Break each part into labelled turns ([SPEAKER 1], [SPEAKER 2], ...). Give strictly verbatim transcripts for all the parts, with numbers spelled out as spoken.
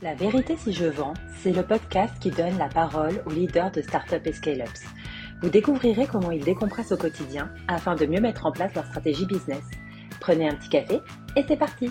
[SPEAKER 1] La vérité si je vends, c'est le podcast qui donne la parole aux leaders de startups et scale-ups. Vous découvrirez comment ils décompressent au quotidien afin de mieux mettre en place leur stratégie business. Prenez un petit café et c'est parti!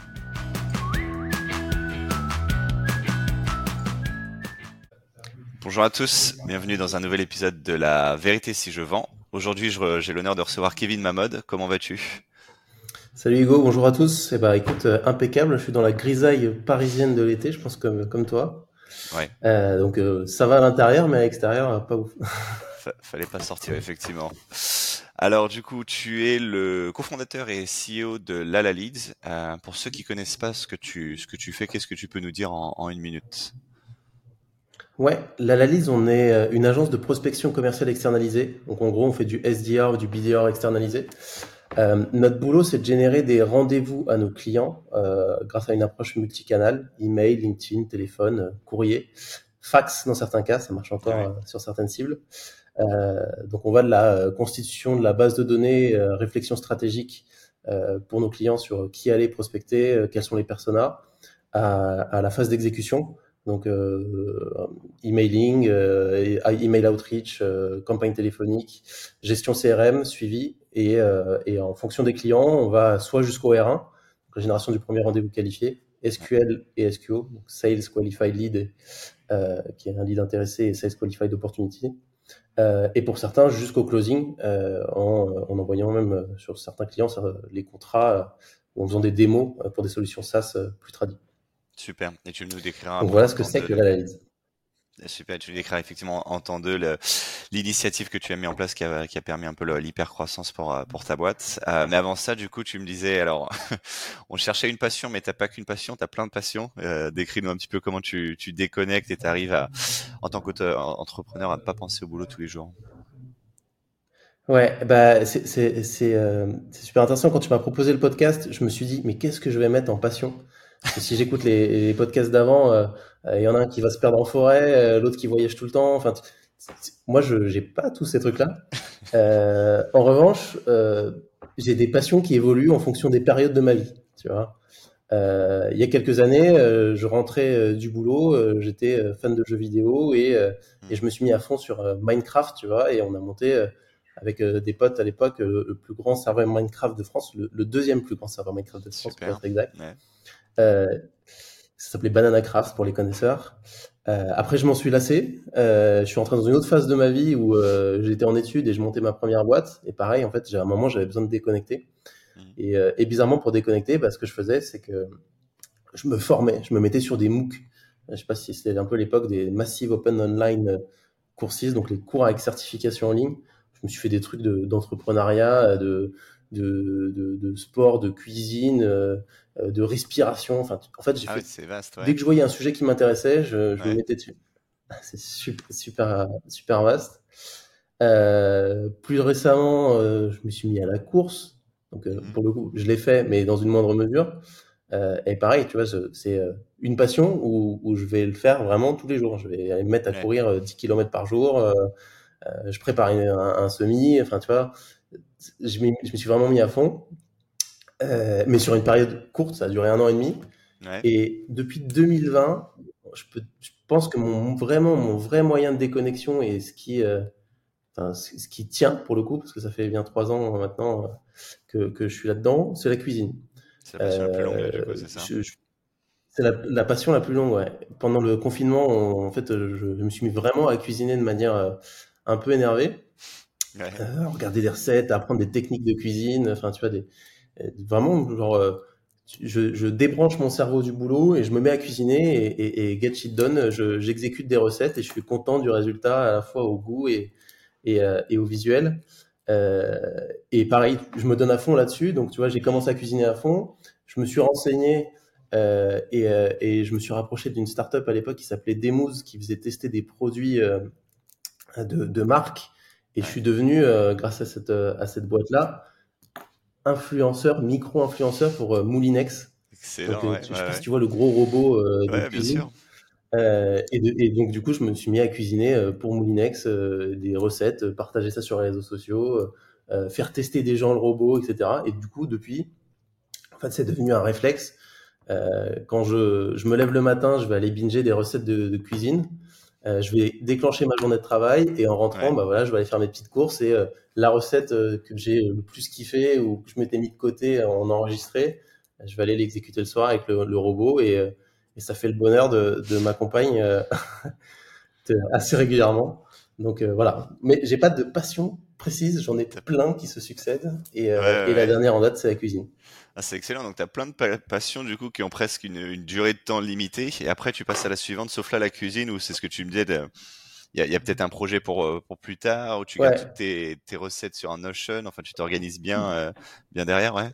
[SPEAKER 2] Bonjour à tous, bienvenue dans un nouvel épisode de La vérité si je vends. Aujourd'hui, je- j'ai l'honneur de recevoir Kevin Mamod. Comment vas-tu?
[SPEAKER 3] Salut Hugo, bonjour à tous. Eh ben, écoute, euh, impeccable. Je suis dans la grisaille parisienne de l'été, je pense comme comme toi.
[SPEAKER 2] Ouais,
[SPEAKER 3] Euh, donc euh, ça va à l'intérieur, mais à l'extérieur, euh, pas ouf.
[SPEAKER 2] fa- fallait pas sortir effectivement. Alors du coup, tu es le cofondateur et C E O de Lala Leads. Euh, pour ceux qui connaissent pas ce que tu ce que tu fais, qu'est-ce que tu peux nous dire en, en une minute?
[SPEAKER 3] Ouais, l'Analyse, on est euh, une agence de prospection commerciale externalisée. Donc en gros, on fait du S D R ou du B D R externalisé. Euh, notre boulot, c'est de générer des rendez-vous à nos clients euh, grâce à une approche multicanale, email, LinkedIn, téléphone, euh, courrier, fax dans certains cas, ça marche
[SPEAKER 2] Ah
[SPEAKER 3] encore
[SPEAKER 2] oui,
[SPEAKER 3] euh, sur certaines cibles. Euh, donc on va de la euh, constitution de la base de données, euh, réflexion stratégique euh, pour nos clients sur qui aller prospecter, euh, quels sont les personas, à, à la phase d'exécution. Donc euh, emailing, euh, et- email outreach, euh, campagne téléphonique, gestion C R M, suivi, et, euh, et en fonction des clients, on va soit jusqu'au R un, donc la génération du premier rendez-vous qualifié, S Q L et S Q O, donc Sales Qualified Lead, euh, qui est un lead intéressé, et Sales Qualified Opportunity. Euh, et pour certains, jusqu'au closing, euh, en, en envoyant même euh, sur certains clients ça, les contrats, euh, ou en faisant des démos euh, pour des solutions SaaS euh, plus tradies.
[SPEAKER 2] super. Et tu nous décriras un
[SPEAKER 3] Donc
[SPEAKER 2] peu
[SPEAKER 3] voilà
[SPEAKER 2] en
[SPEAKER 3] ce que
[SPEAKER 2] temps
[SPEAKER 3] c'est que
[SPEAKER 2] deux.
[SPEAKER 3] l'analyse.
[SPEAKER 2] Super, tu nous décriras effectivement en temps deux le- l'initiative que tu as mis en place qui a, qui a permis un peu le- l'hypercroissance pour, euh, pour ta boîte. Euh, mais avant ça, du coup, tu me disais, alors, on cherchait une passion, mais t'as pas qu'une passion, t'as plein de passions. Euh, décris-nous un petit peu comment tu, tu déconnectes et t'arrives à, en tant qu'entrepreneur, à pas penser au boulot tous les jours.
[SPEAKER 3] Ouais, bah c'est c'est c'est euh, c'est super intéressant. Quand tu m'as proposé le podcast, je me suis dit mais qu'est-ce que je vais mettre en passion? Parce que si j'écoute les, les podcasts d'avant, euh, euh, il y en a un qui va se perdre en forêt, euh, l'autre qui voyage tout le temps. Enfin, t- t- moi je j'ai pas tous ces trucs-là. Euh, en revanche, euh, j'ai des passions qui évoluent en fonction des périodes de ma vie. Tu vois. Euh, il y a quelques années, euh, je rentrais euh, du boulot, euh, j'étais euh, fan de jeux vidéo et, euh, et
[SPEAKER 2] Hmm.
[SPEAKER 3] je me suis mis à fond sur euh, Minecraft, tu vois, et on a monté euh, avec euh, des potes à l'époque euh, le plus grand serveur Minecraft de France, le, le deuxième plus grand serveur Minecraft de France pour
[SPEAKER 2] Super.
[SPEAKER 3] être exact.
[SPEAKER 2] Ouais.
[SPEAKER 3] Euh, Ça s'appelait Banana Craft pour les connaisseurs. Euh, après, je m'en suis lassé. Euh, je suis entré dans une autre phase de ma vie où euh, j'étais en études et je montais ma première boîte. Et pareil, en fait, j'ai à un moment, j'avais besoin de déconnecter.
[SPEAKER 2] Hmm.
[SPEAKER 3] Et, euh, et bizarrement, pour déconnecter, bah, ce que je faisais, c'est que je me formais, je me mettais sur des MOOC. Je sais pas si c'était un peu l'époque des Massive Open Online euh, Courses, donc les cours avec certification en ligne. Je me suis fait des trucs de- d'entrepreneuriat, de, de, de, de sport, de cuisine, euh, euh, de respiration. Enfin, en fait, j'ai
[SPEAKER 2] Ah oui,
[SPEAKER 3] fait,
[SPEAKER 2] c'est vaste,
[SPEAKER 3] dès
[SPEAKER 2] ouais.
[SPEAKER 3] que je voyais un sujet qui m'intéressait, je, je me
[SPEAKER 2] Ouais.
[SPEAKER 3] mettais dessus. C'est super, super, super vaste. Euh, plus récemment, euh, je me suis mis à la course. Donc, euh,
[SPEAKER 2] Mhm.
[SPEAKER 3] pour le coup, je l'ai fait, mais dans une moindre mesure. Euh, et pareil, tu vois, je- c'est euh, une passion où, où je vais le faire vraiment tous les jours. Je vais aller me mettre à
[SPEAKER 2] Ouais.
[SPEAKER 3] courir euh, dix kilomètres par jour. Euh, euh, je prépare une- un, un semi. Enfin, tu vois, je, m'y- je me suis vraiment mis à fond. Euh, mais sur une période courte, ça a duré un an et demi.
[SPEAKER 2] Ouais.
[SPEAKER 3] Et depuis deux mille vingt, je, peux, je pense que mon, vraiment, mon vrai moyen de déconnexion et ce qui, euh, enfin, ce ce qui tient pour le coup, parce que ça fait bien trois ans maintenant euh, que, que je suis là-dedans, c'est la cuisine.
[SPEAKER 2] C'est la passion la plus longue, du coup,
[SPEAKER 3] Euh,
[SPEAKER 2] c'est ça?
[SPEAKER 3] je, je C'est la, la passion la plus longue, ouais. Pendant le confinement, on- en fait, je, je me suis mis vraiment à cuisiner de manière euh, un peu énervée,
[SPEAKER 2] Ouais.
[SPEAKER 3] euh, à regarder des recettes, à apprendre des techniques de cuisine, enfin, tu vois, des, euh, vraiment, genre, euh, je, je débranche mon cerveau du boulot et je me mets à cuisiner et, et, et get shit done, je- j'exécute des recettes et je suis content du résultat à la fois au goût et, et, euh, et au visuel. Euh, et pareil, je me donne à fond là-dessus. Donc, tu vois, j'ai
[SPEAKER 2] Mhm.
[SPEAKER 3] commencé à cuisiner à fond. Je me suis renseigné euh, et, euh, et je me suis rapproché d'une startup à l'époque qui s'appelait Demooz, qui faisait tester des produits euh, de, de marque. Et je
[SPEAKER 2] Ouais.
[SPEAKER 3] suis devenu, euh, grâce à cette, euh, à cette boîte-là, influenceur, micro-influenceur pour euh, Moulinex. Donc,
[SPEAKER 2] Excellent,
[SPEAKER 3] euh,
[SPEAKER 2] ouais,
[SPEAKER 3] tu- je sais pas si
[SPEAKER 2] ouais,
[SPEAKER 3] tu vois le gros robot euh,
[SPEAKER 2] ouais.
[SPEAKER 3] de
[SPEAKER 2] Ouais, bien
[SPEAKER 3] cuisine.
[SPEAKER 2] sûr.
[SPEAKER 3] Euh, et, de- et donc, du coup, je me suis mis à cuisiner euh, pour Moulinex euh, des recettes, euh, partager ça sur les réseaux sociaux, euh, euh, faire tester des gens le robot, et cetera. Et du coup, depuis, en fait, c'est devenu un réflexe. Euh, quand je, je me lève le matin, je vais aller binger des recettes de, de cuisine. Euh, je vais déclencher ma journée de travail et en rentrant,
[SPEAKER 2] Ouais.
[SPEAKER 3] bah voilà, je vais aller faire mes petites courses et euh, la recette euh, que j'ai le plus kiffé ou que je m'étais mis de côté en enregistré, je vais aller l'exécuter le soir avec le, le robot et, euh, et ça fait le bonheur de, de ma compagne euh, de- assez régulièrement. Donc euh, voilà. Mais j'ai pas de passion précise, j'en ai
[SPEAKER 2] T'as-
[SPEAKER 3] plein qui se succèdent et,
[SPEAKER 2] Ouais,
[SPEAKER 3] euh,
[SPEAKER 2] ouais,
[SPEAKER 3] et la
[SPEAKER 2] ouais.
[SPEAKER 3] dernière en date, c'est la cuisine.
[SPEAKER 2] Ah, c'est excellent. Donc, tu as plein de pa- passions, du coup, qui ont presque une, une durée de temps limitée. Et après, tu passes à la suivante, sauf là, la cuisine, où c'est ce que tu me disais. de- Il y a, il y a peut-être un projet pour, euh, pour plus tard, où tu gardes toutes
[SPEAKER 3] Ouais,
[SPEAKER 2] tes, tes recettes sur un Notion. Enfin, tu t'organises bien, euh, bien derrière, ouais.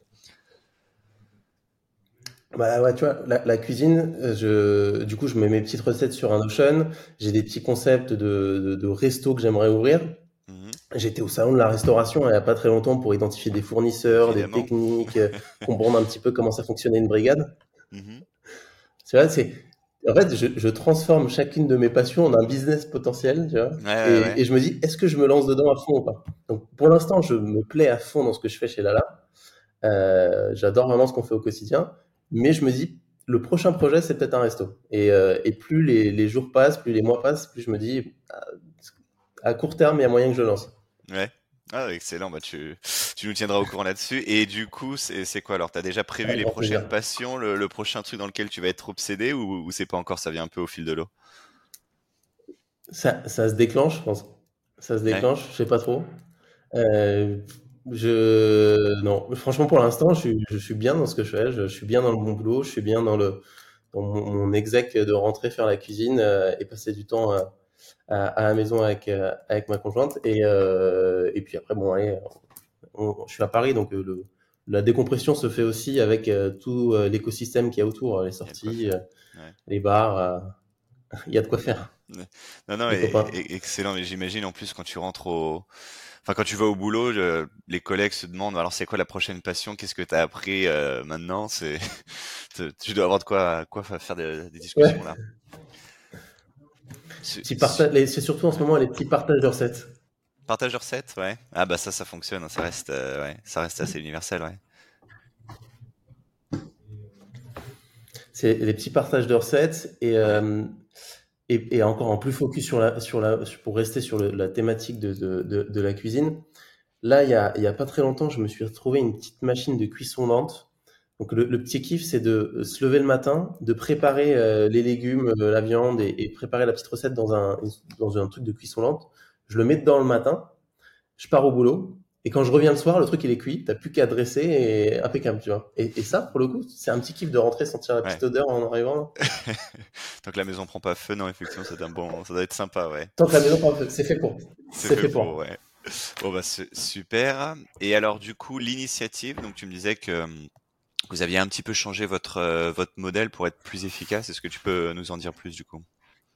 [SPEAKER 3] bah ouais, tu vois, la, la cuisine, euh, je, du coup, je mets mes petites recettes sur un Notion. J'ai des petits concepts de, de, de resto que j'aimerais ouvrir.
[SPEAKER 2] Mhm.
[SPEAKER 3] J'étais au salon de la restauration il n'y a pas très longtemps pour identifier des fournisseurs, des
[SPEAKER 2] Évidemment.
[SPEAKER 3] techniques, euh, comprendre un petit peu comment ça fonctionnait une brigade.
[SPEAKER 2] Mhm.
[SPEAKER 3] Tu vois, c'est, en fait, je, je transforme chacune de mes passions en un business potentiel, tu vois.
[SPEAKER 2] Ouais, ouais,
[SPEAKER 3] Et,
[SPEAKER 2] ouais.
[SPEAKER 3] et je me dis, est-ce que je me lance dedans à fond ou pas? Donc, pour l'instant, je me plais à fond dans ce que je fais chez Lala. Euh, j'adore vraiment ce qu'on fait au quotidien. Mais je me dis, le prochain projet, c'est peut-être un resto. Et, euh, et plus les, les jours passent, plus les mois passent, plus je me dis, à, à court terme, il y a moyen que je lance.
[SPEAKER 2] Ouais. Ah, excellent. Bah, tu, tu nous tiendras au courant là-dessus. Et du coup, c'est, c'est quoi alors? T'as déjà prévu
[SPEAKER 3] Avec
[SPEAKER 2] les
[SPEAKER 3] grand
[SPEAKER 2] prochaines
[SPEAKER 3] plaisir.
[SPEAKER 2] passions, le, le prochain truc dans lequel tu vas être obsédé ou, ou c'est pas encore, ça vient un peu au fil de l'eau?
[SPEAKER 3] Ça, ça se déclenche, je pense. Ça se
[SPEAKER 2] Ouais.
[SPEAKER 3] déclenche, je sais pas trop. Euh, je non, franchement pour l'instant, je suis, je suis bien dans ce que je fais. Je, je suis bien dans le bon boulot. Je suis bien dans le dans mon, mon exec de rentrer faire la cuisine euh, et passer du temps à, à, à la maison avec euh, avec ma conjointe. Et euh, et puis après bon allez, on- je suis à Paris donc euh, le la décompression se fait aussi avec euh, tout euh, l'écosystème qu'il y a autour, les
[SPEAKER 2] Il y a de quoi
[SPEAKER 3] sorties,
[SPEAKER 2] faire.
[SPEAKER 3] euh,
[SPEAKER 2] Ouais.
[SPEAKER 3] les bars. euh, Il y a de quoi faire,
[SPEAKER 2] Ouais. Non, non,
[SPEAKER 3] les
[SPEAKER 2] et-
[SPEAKER 3] copains.
[SPEAKER 2] et- excellent. Mais j'imagine en plus quand tu rentres au, enfin quand tu vas au boulot, je- les collègues se demandent alors c'est quoi la prochaine passion? Qu'est-ce que tu as appris euh, maintenant? C'est, tu tu dois avoir de quoi, quoi faire des, des discussions
[SPEAKER 3] Ouais.
[SPEAKER 2] là. Su-
[SPEAKER 3] Petits
[SPEAKER 2] su-
[SPEAKER 3] partages, les- c'est surtout en ce
[SPEAKER 2] ouais.
[SPEAKER 3] moment les petits partages de recettes.
[SPEAKER 2] Partage de recettes, ouais. Ah bah ça, ça fonctionne. Hein, ça reste, euh, ouais, ça reste assez universel, ouais.
[SPEAKER 3] C'est les petits partages de recettes et,
[SPEAKER 2] Ouais.
[SPEAKER 3] euh, et, et encore en plus focus sur la, sur la, pour rester sur le- la thématique de, de, de, de la cuisine. Là, il y a, il y a pas très longtemps, je me suis retrouvé une petite machine de cuisson lente. Donc le, le petit kiff, c'est de se lever le matin, de préparer euh, les légumes, euh, la viande et, et préparer la petite recette dans un, dans un truc de cuisson lente. Je le mets dedans le matin, je pars au boulot. Et quand je reviens le soir, le truc il est cuit, t'as plus qu'à dresser et impeccable, tu vois. Et, et ça, pour le coup, c'est un petit kiff de rentrer, sentir la
[SPEAKER 2] Ouais.
[SPEAKER 3] petite odeur en arrivant.
[SPEAKER 2] Tant que la maison prend pas feu, non, effectivement, c'est un bon, ça doit être sympa, ouais.
[SPEAKER 3] Tant que la maison prend feu, c'est fait pour.
[SPEAKER 2] C'est
[SPEAKER 3] C'est
[SPEAKER 2] fait
[SPEAKER 3] fait
[SPEAKER 2] pour,
[SPEAKER 3] pour.
[SPEAKER 2] ouais. Bon bah su- super. Et alors du coup, l'initiative, donc tu me disais que hum, vous aviez un petit peu changé votre euh, votre modèle pour être plus efficace. Est-ce que tu peux nous en dire plus du coup?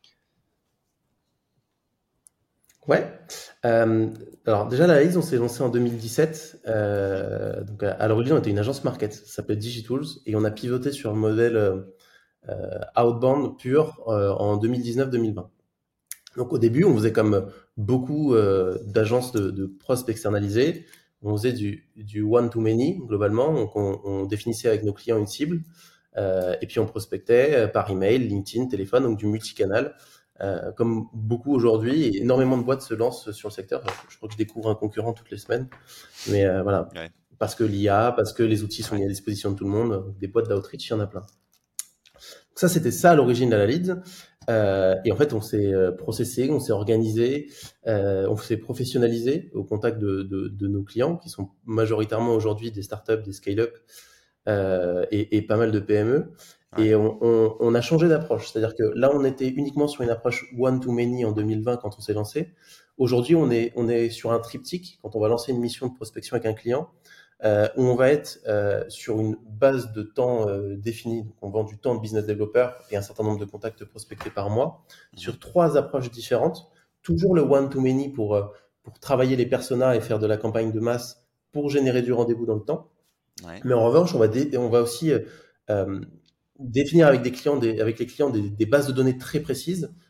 [SPEAKER 3] Ouais. Euh, alors déjà, la Lise, on s'est lancé en deux mille dix-sept.
[SPEAKER 2] Mhm.
[SPEAKER 3] Euh, donc à, à l'origine, on était une agence market, ça s'appelait Digitools, et on a pivoté sur le modèle euh, euh, outbound pur euh, en deux mille dix-neuf deux mille vingt. Donc au début, on faisait comme beaucoup euh, d'agences de, de prospects externalisés. On faisait du, du one-to-many globalement. Donc on, on définissait avec nos clients une cible. Euh, et puis on prospectait euh, par email, LinkedIn, téléphone, donc du multicanal. Euh, comme beaucoup aujourd'hui, et énormément de boîtes se lancent sur le secteur. Je crois que je découvre un concurrent toutes les semaines. Mais euh, voilà,
[SPEAKER 2] Ouais,
[SPEAKER 3] parce que l'I A, parce que les outils sont
[SPEAKER 2] ouais,
[SPEAKER 3] mis à disposition de tout le monde, des boîtes d'outreach, il y en a plein. Ça, c'était ça à l'origine de la lead. Euh, et en fait, on s'est euh, processé, on s'est organisé, euh, on s'est professionnalisé au contact de, de, de nos clients, qui sont majoritairement aujourd'hui des startups, des scale-up euh, et, et pas mal de P M E.
[SPEAKER 2] ouais.
[SPEAKER 3] Et on, on, on a changé d'approche. C'est-à-dire que là, on était uniquement sur une approche one-to-many en deux mille vingt quand on s'est lancé. Aujourd'hui, on est, on est sur un triptyque quand on va lancer une mission de prospection avec un client euh, où on va être euh, sur une base de temps euh, définie. Donc, on vend du temps de business developer et un certain nombre de contacts prospectés par mois
[SPEAKER 2] Mhm.
[SPEAKER 3] sur trois approches différentes. Toujours le one-to-many pour, euh, pour travailler les personas et faire de la campagne de masse pour générer du rendez-vous dans le temps.
[SPEAKER 2] Ouais.
[SPEAKER 3] Mais en revanche, on va, dé- on va aussi euh, euh, définir avec, des clients des, avec les clients des, des bases de données très précises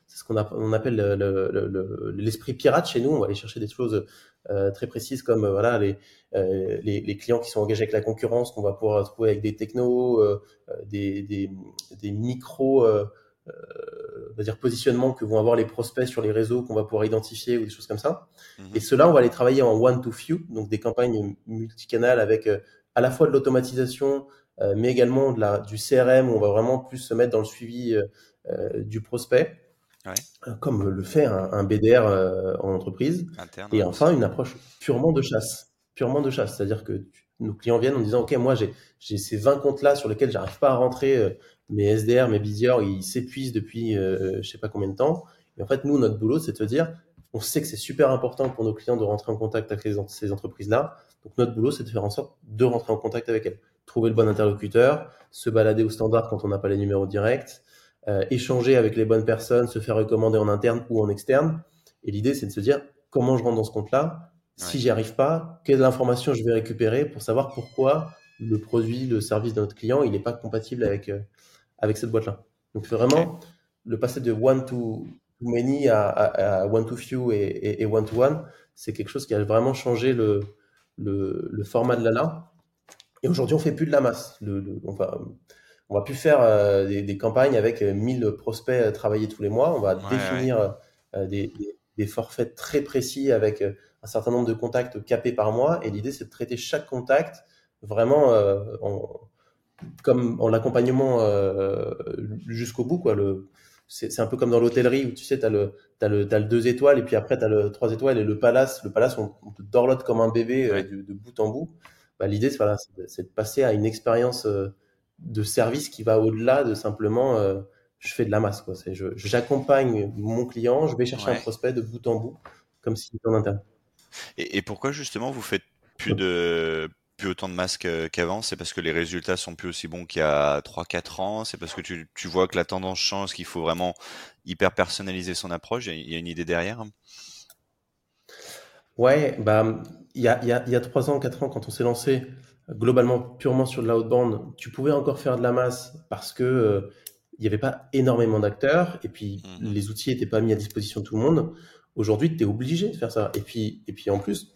[SPEAKER 3] c'est ce qu'on a- on appelle le- le- le- le- l'esprit pirate chez nous. On va aller chercher des choses euh, très précises comme euh, voilà les, euh, les, les clients qui sont engagés avec la concurrence qu'on va pouvoir trouver avec des technos, euh, euh, des, des, des micros, euh, euh, on va dire positionnements que vont avoir les prospects sur les réseaux qu'on va pouvoir identifier ou des choses comme ça. Et
[SPEAKER 2] Mhm.
[SPEAKER 3] cela, on va les travailler en one to few, donc des campagnes multicanales avec euh, à la fois de l'automatisation, euh, mais également de la, du C R M, où on va vraiment plus se mettre dans le suivi euh, euh, du prospect,
[SPEAKER 2] Ouais,
[SPEAKER 3] euh, comme le fait un, un B D R euh, en entreprise.
[SPEAKER 2] interne,
[SPEAKER 3] Et
[SPEAKER 2] ouais,
[SPEAKER 3] enfin,
[SPEAKER 2] aussi.
[SPEAKER 3] une approche purement de chasse. Purement de chasse. C'est-à-dire que tu- nos clients viennent en disant, OK, moi, j'ai, j'ai ces vingt comptes-là sur lesquels j'arrive pas à rentrer. euh, mes S D R, mes B D R, ils s'épuisent depuis euh, je sais pas combien de temps. Et en fait, nous, notre boulot, c'est de se dire, on sait que c'est super important pour nos clients de rentrer en contact avec les en- ces entreprises-là. Donc, notre boulot, c'est de faire en sorte de rentrer en contact avec elles. Trouver le bon interlocuteur, se balader au standard quand on n'a pas les numéros directs, euh, échanger avec les bonnes personnes, se faire recommander en interne ou en externe. Et l'idée, c'est de se dire comment je rentre dans ce compte-là. Si
[SPEAKER 2] Ouais,
[SPEAKER 3] j'y arrive pas, quelle information je vais récupérer pour savoir pourquoi le produit, le service de notre client, il n'est pas compatible avec, euh, avec cette boîte-là. Donc
[SPEAKER 2] ok.
[SPEAKER 3] vraiment, le passer de one to, to many à, à, à one to few et, et, et one to one, c'est quelque chose qui a vraiment changé le, le, le format de l'A L A. Et aujourd'hui, on fait plus de la masse. Le, le- on va, on va plus faire euh, des, des campagnes avec euh, mille prospects euh, travaillés tous les mois. On va
[SPEAKER 2] Ouais, ouais,
[SPEAKER 3] définir euh, des, des- des forfaits très précis avec euh, un certain nombre de contacts capés par mois. Et l'idée, c'est de traiter chaque contact vraiment euh, en, comme en l'accompagnement euh, jusqu'au bout, quoi. Le, c'est, c'est un peu comme dans l'hôtellerie où tu sais, t'as le, t'as le, t'as le deux étoiles et puis après t'as le trois étoiles et le palace. Le palace, on, on te dorlote comme un bébé euh,
[SPEAKER 2] ouais.
[SPEAKER 3] de, de bout en bout. Bah, l'idée, c'est, voilà, c'est, de, c'est de passer à une expérience euh, de service qui va au-delà de simplement euh, je fais de la masse, quoi. C'est, je, j'accompagne mon client, je vais chercher un
[SPEAKER 2] Ouais.
[SPEAKER 3] prospect de bout en bout, comme s'il était en interne.
[SPEAKER 2] Et, et pourquoi justement vous faites plus de plus autant de masques euh, qu'avant? C'est parce que les résultats sont plus aussi bons qu'il y a trois quatre ans? C'est parce que tu, tu vois que la tendance change, qu'il faut vraiment hyper personnaliser son approche? Il y a, il y a une idée derrière?
[SPEAKER 3] Ouais, bah, il y a, il y a, il y a trois ans, quatre ans, quand on s'est lancé globalement purement sur de l'outbound, tu pouvais encore faire de la masse parce que euh, il n'y avait pas énormément d'acteurs et puis
[SPEAKER 2] Mhm.
[SPEAKER 3] les outils n'étaient pas mis à disposition de tout le monde. Aujourd'hui, tu es obligé de faire ça. Et puis, et puis en plus,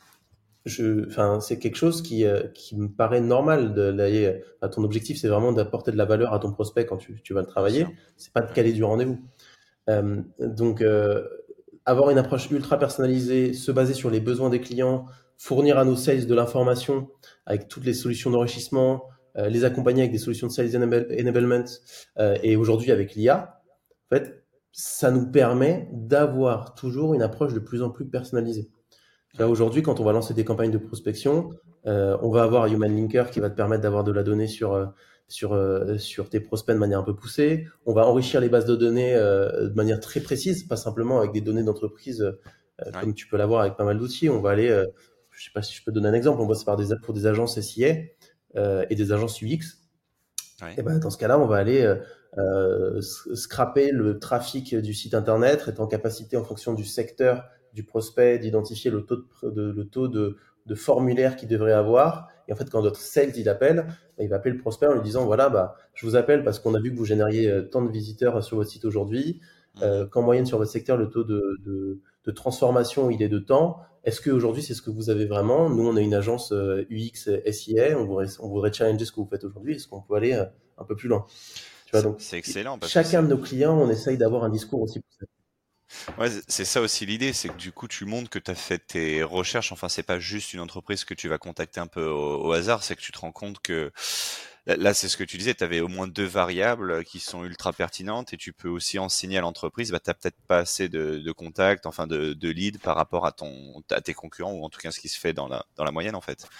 [SPEAKER 3] je, enfin, c'est quelque chose qui, euh, qui me paraît normal de d'aller. Enfin, ton objectif, c'est vraiment d'apporter de la valeur à ton prospect quand tu, tu vas le
[SPEAKER 2] Bien sûr.
[SPEAKER 3] travailler. C'est pas de
[SPEAKER 2] Ouais.
[SPEAKER 3] caler du rendez-vous. Euh, donc, euh, avoir une approche ultra personnalisée, se baser sur les besoins des clients, fournir à nos sales de l'information avec toutes les solutions d'enrichissement, euh, les accompagner avec des solutions de sales enable- enablement euh, et aujourd'hui avec l'I A, en fait, ça nous permet d'avoir toujours une approche de plus en plus personnalisée. Tu vois,
[SPEAKER 2] Ouais.
[SPEAKER 3] aujourd'hui, quand on va lancer des campagnes de prospection, euh, on va avoir Human Linker qui va te permettre d'avoir de la donnée sur, euh, sur, euh, sur tes prospects de manière un peu poussée. On va enrichir les bases de données euh, de manière très précise, pas simplement avec des données d'entreprise euh,
[SPEAKER 2] Ouais.
[SPEAKER 3] comme tu peux l'avoir avec pas mal d'outils. On va aller, euh, je sais pas si je peux te donner un exemple, on bosse par des, pour des agences S I A euh, et des agences U X.
[SPEAKER 2] Ouais.
[SPEAKER 3] Et ben, dans ce cas-là, on va aller euh, euh, scraper le trafic du site internet, être en capacité, en fonction du secteur du prospect, d'identifier le taux de, de- le taux de, de formulaire qu'il devrait avoir. Et en fait, quand notre sales il appelle, ben, il va appeler le prospect en lui disant voilà, bah, je vous appelle parce qu'on a vu que vous génériez euh, tant de visiteurs sur votre site aujourd'hui,
[SPEAKER 2] Mhm.
[SPEAKER 3] euh, qu'en moyenne sur votre secteur, le taux de, de, de transformation il est de temps. Est-ce qu'aujourd'hui, c'est ce que vous avez vraiment? Nous, on est une agence euh, U X S I A, on voudrait, on voudrait challenger ce que vous faites aujourd'hui. Est-ce qu'on peut aller euh, un peu plus loin? Tu vois,
[SPEAKER 2] C'est
[SPEAKER 3] donc
[SPEAKER 2] c'est excellent parce que
[SPEAKER 3] chacun
[SPEAKER 2] c'est
[SPEAKER 3] de nos clients, on essaye d'avoir un discours aussi poussé.
[SPEAKER 2] ouais, c'est c'est ça aussi l'idée, c'est que du coup tu montres que tu as fait tes recherches. Enfin, c'est pas juste une entreprise que tu vas contacter un peu au, au hasard, c'est que tu te rends compte que là, là, c'est ce que tu disais, tu avais au moins deux variables qui sont ultra pertinentes et tu peux aussi enseigner à l'entreprise, bah, tu peut-être pas assez de, de contacts, enfin de, de leads par rapport à ton à tes concurrents ou en tout cas ce qui se fait dans la dans la moyenne en fait.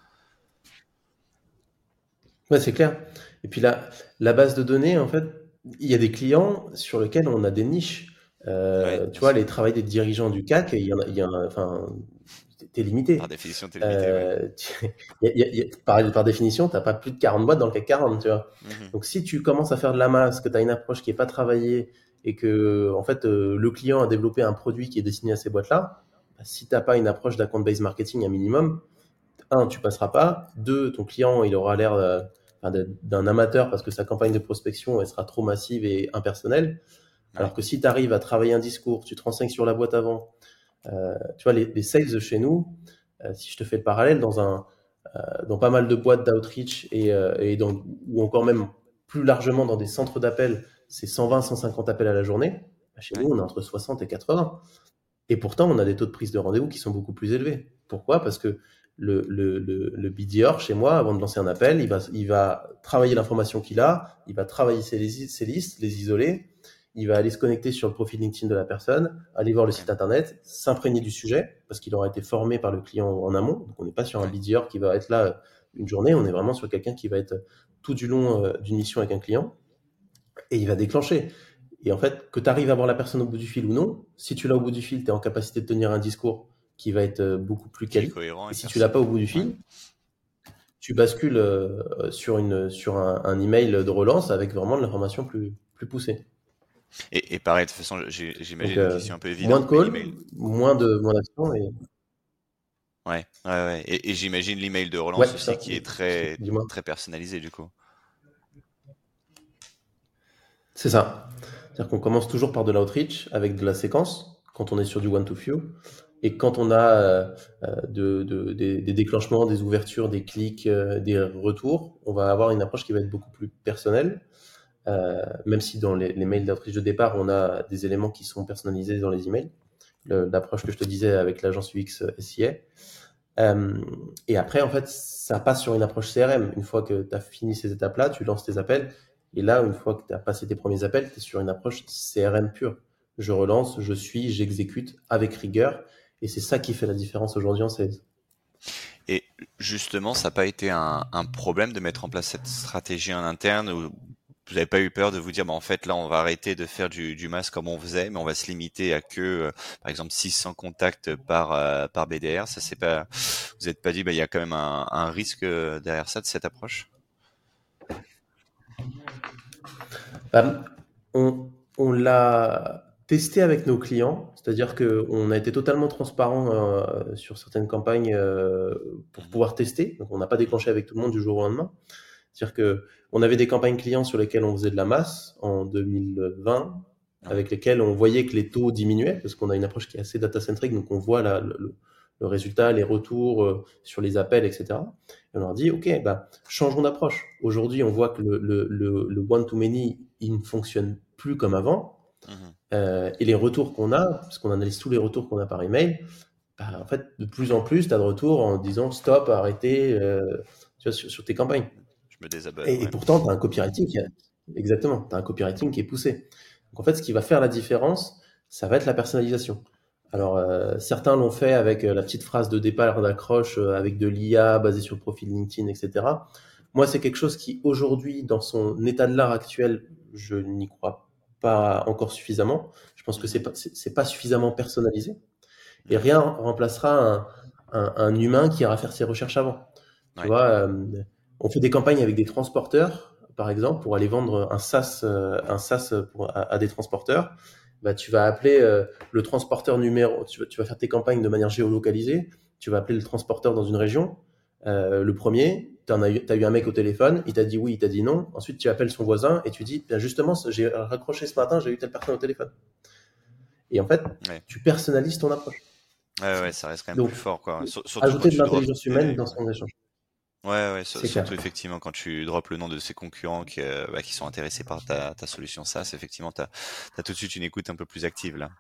[SPEAKER 3] Ouais, c'est clair. Et puis la, la base de données, en fait, il y a des clients sur lesquels on a des niches.
[SPEAKER 2] Ouais,
[SPEAKER 3] Euh, tu
[SPEAKER 2] bien
[SPEAKER 3] vois,
[SPEAKER 2] sûr.
[SPEAKER 3] les travails des dirigeants du C A C, il y en a, il y en a- enfin, t'es
[SPEAKER 2] Par
[SPEAKER 3] limité.
[SPEAKER 2] définition, t'es limité, ouais.
[SPEAKER 3] Euh, tu- il y a- il y a- il y a- par, par définition, t'as pas plus de quarante boîtes dans le C A C quarante, tu vois.
[SPEAKER 2] Mhm.
[SPEAKER 3] Donc, si tu commences à faire de la masse, que tu as une approche qui est pas travaillée et que, en fait, euh, le client a développé un produit qui est destiné à ces boîtes-là, bah, si t'as pas une approche d'account-based marketing un minimum, un, tu passeras pas. Deux, ton client, il aura l'air euh, enfin, d'être- d'un amateur parce que sa campagne de prospection, elle sera trop massive et impersonnelle. Alors
[SPEAKER 2] Ouais.
[SPEAKER 3] que si tu arrives à travailler un discours, tu te renseignes sur la boîte avant, euh, tu vois, les, les sales chez nous, euh, si je te fais le parallèle, dans, un, euh, dans pas mal de boîtes d'outreach et, euh, et dans, ou encore même plus largement dans des centres d'appel, c'est cent vingt, cent cinquante appels à la journée. Bah, chez
[SPEAKER 2] Ouais.
[SPEAKER 3] nous, on est entre soixante et quatre-vingts. Et pourtant, on a des taux de prise de rendez-vous qui sont beaucoup plus élevés. Pourquoi? Parce que le, le, le, le B D R, chez moi, avant de lancer un appel, il va, il va travailler l'information qu'il a, il va travailler ses, ses listes, les isoler, il va aller se connecter sur le profil LinkedIn de la personne, aller voir le
[SPEAKER 2] Ouais.
[SPEAKER 3] site internet, s'imprégner du sujet, parce qu'il aura été formé par le client en amont. Donc, on n'est pas sur un
[SPEAKER 2] Ouais.
[SPEAKER 3] B D R qui va être là une journée, on est vraiment sur quelqu'un qui va être tout du long euh, d'une mission avec un client, et il va déclencher. Et en fait, que tu arrives à voir la personne au bout du fil ou non, si tu l'as au bout du fil, tu es en capacité de tenir un discours qui va être euh, beaucoup plus
[SPEAKER 2] Qui est
[SPEAKER 3] quali.
[SPEAKER 2] cohérent
[SPEAKER 3] Et
[SPEAKER 2] et
[SPEAKER 3] si tu l'as pas au bout du
[SPEAKER 2] pertinent. Ouais.
[SPEAKER 3] fil, tu bascules euh, sur, une, sur un, un email de relance avec vraiment de l'information plus, plus poussée.
[SPEAKER 2] Et, et pareil, de toute façon, j'ai-
[SPEAKER 3] Donc,
[SPEAKER 2] j'imagine une
[SPEAKER 3] euh,
[SPEAKER 2] question un peu
[SPEAKER 3] moins de
[SPEAKER 2] évidente, mais
[SPEAKER 3] calls,
[SPEAKER 2] l'email.
[SPEAKER 3] moins de moins d'action. Et...
[SPEAKER 2] Ouais, ouais, ouais. Et, et j'imagine l'email de
[SPEAKER 3] Ouais,
[SPEAKER 2] relance aussi
[SPEAKER 3] putain,
[SPEAKER 2] qui est très,
[SPEAKER 3] dis-moi.
[SPEAKER 2] très personnalisé du coup.
[SPEAKER 3] C'est ça. C'est-à-dire qu'on commence toujours par de l'outreach avec de la séquence quand on est sur du one-to-few. Et quand on a euh, euh, de, de- des, des déclenchements, des ouvertures, des clics, euh, des retours, on va avoir une approche qui va être beaucoup plus personnelle. Euh, même si dans les, les mails d'outreach de départ, on a des éléments qui sont personnalisés dans les emails. Le- L'approche que je te disais avec l'agence U X S I A. Euh, et après, en fait, ça passe sur une approche C R M. Une fois que tu as fini ces étapes-là, tu lances tes appels. Et là, une fois que tu as passé tes premiers appels, tu es sur une approche C R M pure. Je relance, je suis, j'exécute avec rigueur. Et c'est ça qui fait la différence aujourd'hui en sales.
[SPEAKER 2] Et justement, ça n'a pas été un, un problème de mettre en place cette stratégie en interne ou vous n'avez pas eu peur de vous dire, bah, en fait, là, on va arrêter de faire du, du mass comme on faisait, mais on va se limiter à que, euh, par exemple, six cents contacts par, euh, par B D R. Ça, c'est pas, vous n'êtes pas dit, bah, il y a quand même un, un risque euh, derrière ça, de cette approche?
[SPEAKER 3] Bah, on, on l'a testé avec nos clients, c'est-à-dire qu'on a été totalement transparent euh, sur certaines campagnes euh, pour
[SPEAKER 2] Mhm.
[SPEAKER 3] pouvoir tester. Donc, on n'a pas déclenché avec tout le monde du jour au lendemain. C'est-à-dire que on avait des campagnes clients sur lesquelles on faisait de la masse en deux mille vingt,
[SPEAKER 2] Ouais.
[SPEAKER 3] avec lesquelles on voyait que les taux diminuaient, parce qu'on a une approche qui est assez data-centric, donc on voit la- le, le résultat, les retours euh, sur les appels, et cetera. Et on leur dit, OK, bah, changeons d'approche. Aujourd'hui, on voit que le, le, le, le one-to-many, il ne fonctionne plus comme avant.
[SPEAKER 2] Mhm.
[SPEAKER 3] Euh, et les retours qu'on a, parce qu'on analyse tous les retours qu'on a par email, bah, en fait, de plus en plus, tu as de retours en disant stop, arrêtez, euh, tu vois, sur, sur tes campagnes.
[SPEAKER 2] Je me désabonne,
[SPEAKER 3] Et, et
[SPEAKER 2] ouais.
[SPEAKER 3] pourtant, tu as un copywriting qui est, exactement, tu as un copywriting qui est poussé. Donc en fait, ce qui va faire la différence, ça va être la personnalisation. Alors, euh, certains l'ont fait avec euh, la petite phrase de départ d'accroche, euh, avec de l'I A basée sur le profil LinkedIn, et cetera. Moi, c'est quelque chose qui, aujourd'hui, dans son état de l'art actuel, je n'y crois pas encore suffisamment. Je pense que c'est
[SPEAKER 2] Mhm.
[SPEAKER 3] pas, c'est, c'est pas suffisamment personnalisé. Et
[SPEAKER 2] Ouais.
[SPEAKER 3] rien remplacera un, un, un humain qui ira faire ses recherches avant. Tu
[SPEAKER 2] Ouais.
[SPEAKER 3] vois, euh, on fait des campagnes avec des transporteurs, par exemple, pour aller vendre un SaaS, euh, un SaaS pour, à, à des transporteurs. Bah, tu vas appeler euh, le transporteur numéro, tu vas, tu vas faire tes campagnes de manière géolocalisée, tu vas appeler le transporteur dans une région. Euh, le premier, tu as, eu- t'as eu un mec au téléphone, il t'a dit oui, il t'a dit non. Ensuite, tu appelles son voisin et tu dis, bien justement, j'ai raccroché ce matin, j'ai eu telle personne au téléphone. Et en fait,
[SPEAKER 2] Ouais.
[SPEAKER 3] tu personnalises ton approche.
[SPEAKER 2] Ouais, ouais, ça reste quand même
[SPEAKER 3] Donc,
[SPEAKER 2] plus fort, quoi. Sur- Surtout quand
[SPEAKER 3] ajouter de
[SPEAKER 2] tu drops
[SPEAKER 3] l'intelligence humaine
[SPEAKER 2] tes...
[SPEAKER 3] dans son échange.
[SPEAKER 2] Ouais, ouais, sur-
[SPEAKER 3] C'est clair.
[SPEAKER 2] surtout effectivement quand tu drops le nom de ces concurrents qui, euh, bah, qui sont intéressés par ta, ta solution SaaS, effectivement, t'as, t'as tout de suite une écoute un peu plus active, là.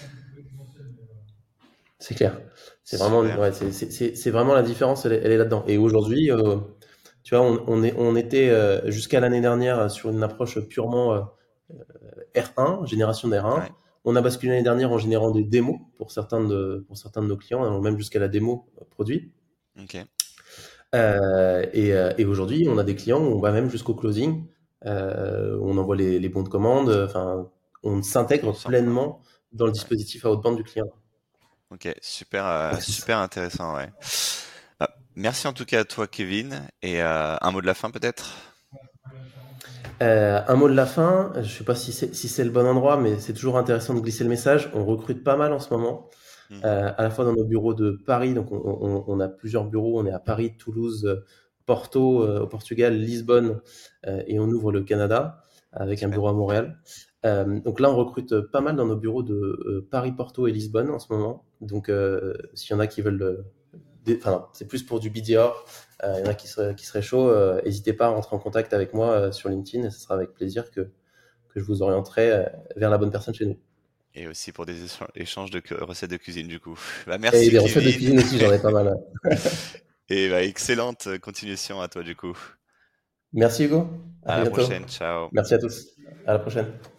[SPEAKER 3] C'est clair. C'est vraiment,
[SPEAKER 2] Super.
[SPEAKER 3] ouais, c'est, c'est, c'est c'est vraiment la différence, elle est, elle est là-dedans. Et aujourd'hui, euh, tu vois, on, on, est, on était euh, jusqu'à l'année dernière sur une approche purement euh, R un, génération d'R un.
[SPEAKER 2] Ouais.
[SPEAKER 3] On a basculé l'année dernière en générant des démos pour certains de, pour certains de nos clients, allant même jusqu'à la démo euh, produit.
[SPEAKER 2] Ok.
[SPEAKER 3] Euh, et, euh, et aujourd'hui, on a des clients où on va même jusqu'au closing. Euh, on envoie les, les bons de commande. Enfin, on s'intègre
[SPEAKER 2] Ensemble, quoi.
[SPEAKER 3] pleinement dans le
[SPEAKER 2] Ouais.
[SPEAKER 3] dispositif à haute bande du client.
[SPEAKER 2] Ok. Super, euh,
[SPEAKER 3] Donc, c'est ça.
[SPEAKER 2] super intéressant, ouais. Bah, merci en tout cas à toi, Kevin. Et euh, un mot de la fin, peut-être?
[SPEAKER 3] Euh, un mot de la fin, je ne sais pas si c'est si c'est le bon endroit, mais c'est toujours intéressant de glisser le message. On recrute pas mal en ce moment,
[SPEAKER 2] Mhm.
[SPEAKER 3] euh, à la fois dans nos bureaux de Paris, donc on, on- on a plusieurs bureaux, on est à Paris, Toulouse, euh, Porto euh, au Portugal, Lisbonne, euh, et on ouvre le Canada. avec un
[SPEAKER 2] Super.
[SPEAKER 3] bureau à Montréal. Euh, donc là, on recrute pas mal dans nos bureaux de euh, Paris, Porto et Lisbonne en ce moment. Donc, euh, s'il y en a qui veulent, euh, des- enfin, c'est plus pour du B D R. Euh, il y en a qui seraient, qui seraient chauds. euh, N'hésitez pas à rentrer en contact avec moi euh, sur LinkedIn et ce sera avec plaisir que, que je vous orienterai euh, vers la bonne personne chez nous.
[SPEAKER 2] Et aussi pour des écha- échanges de cu- recettes de cuisine, du coup. Bah,
[SPEAKER 3] Et
[SPEAKER 2] merci,
[SPEAKER 3] des recettes de
[SPEAKER 2] Kevin.
[SPEAKER 3] cuisine aussi, j'en ai pas mal.
[SPEAKER 2] Et bah, excellente continuation à toi, du coup.
[SPEAKER 3] Merci Hugo, à
[SPEAKER 2] À la
[SPEAKER 3] bientôt.
[SPEAKER 2] prochaine. Ciao.
[SPEAKER 3] Merci à tous, à la prochaine.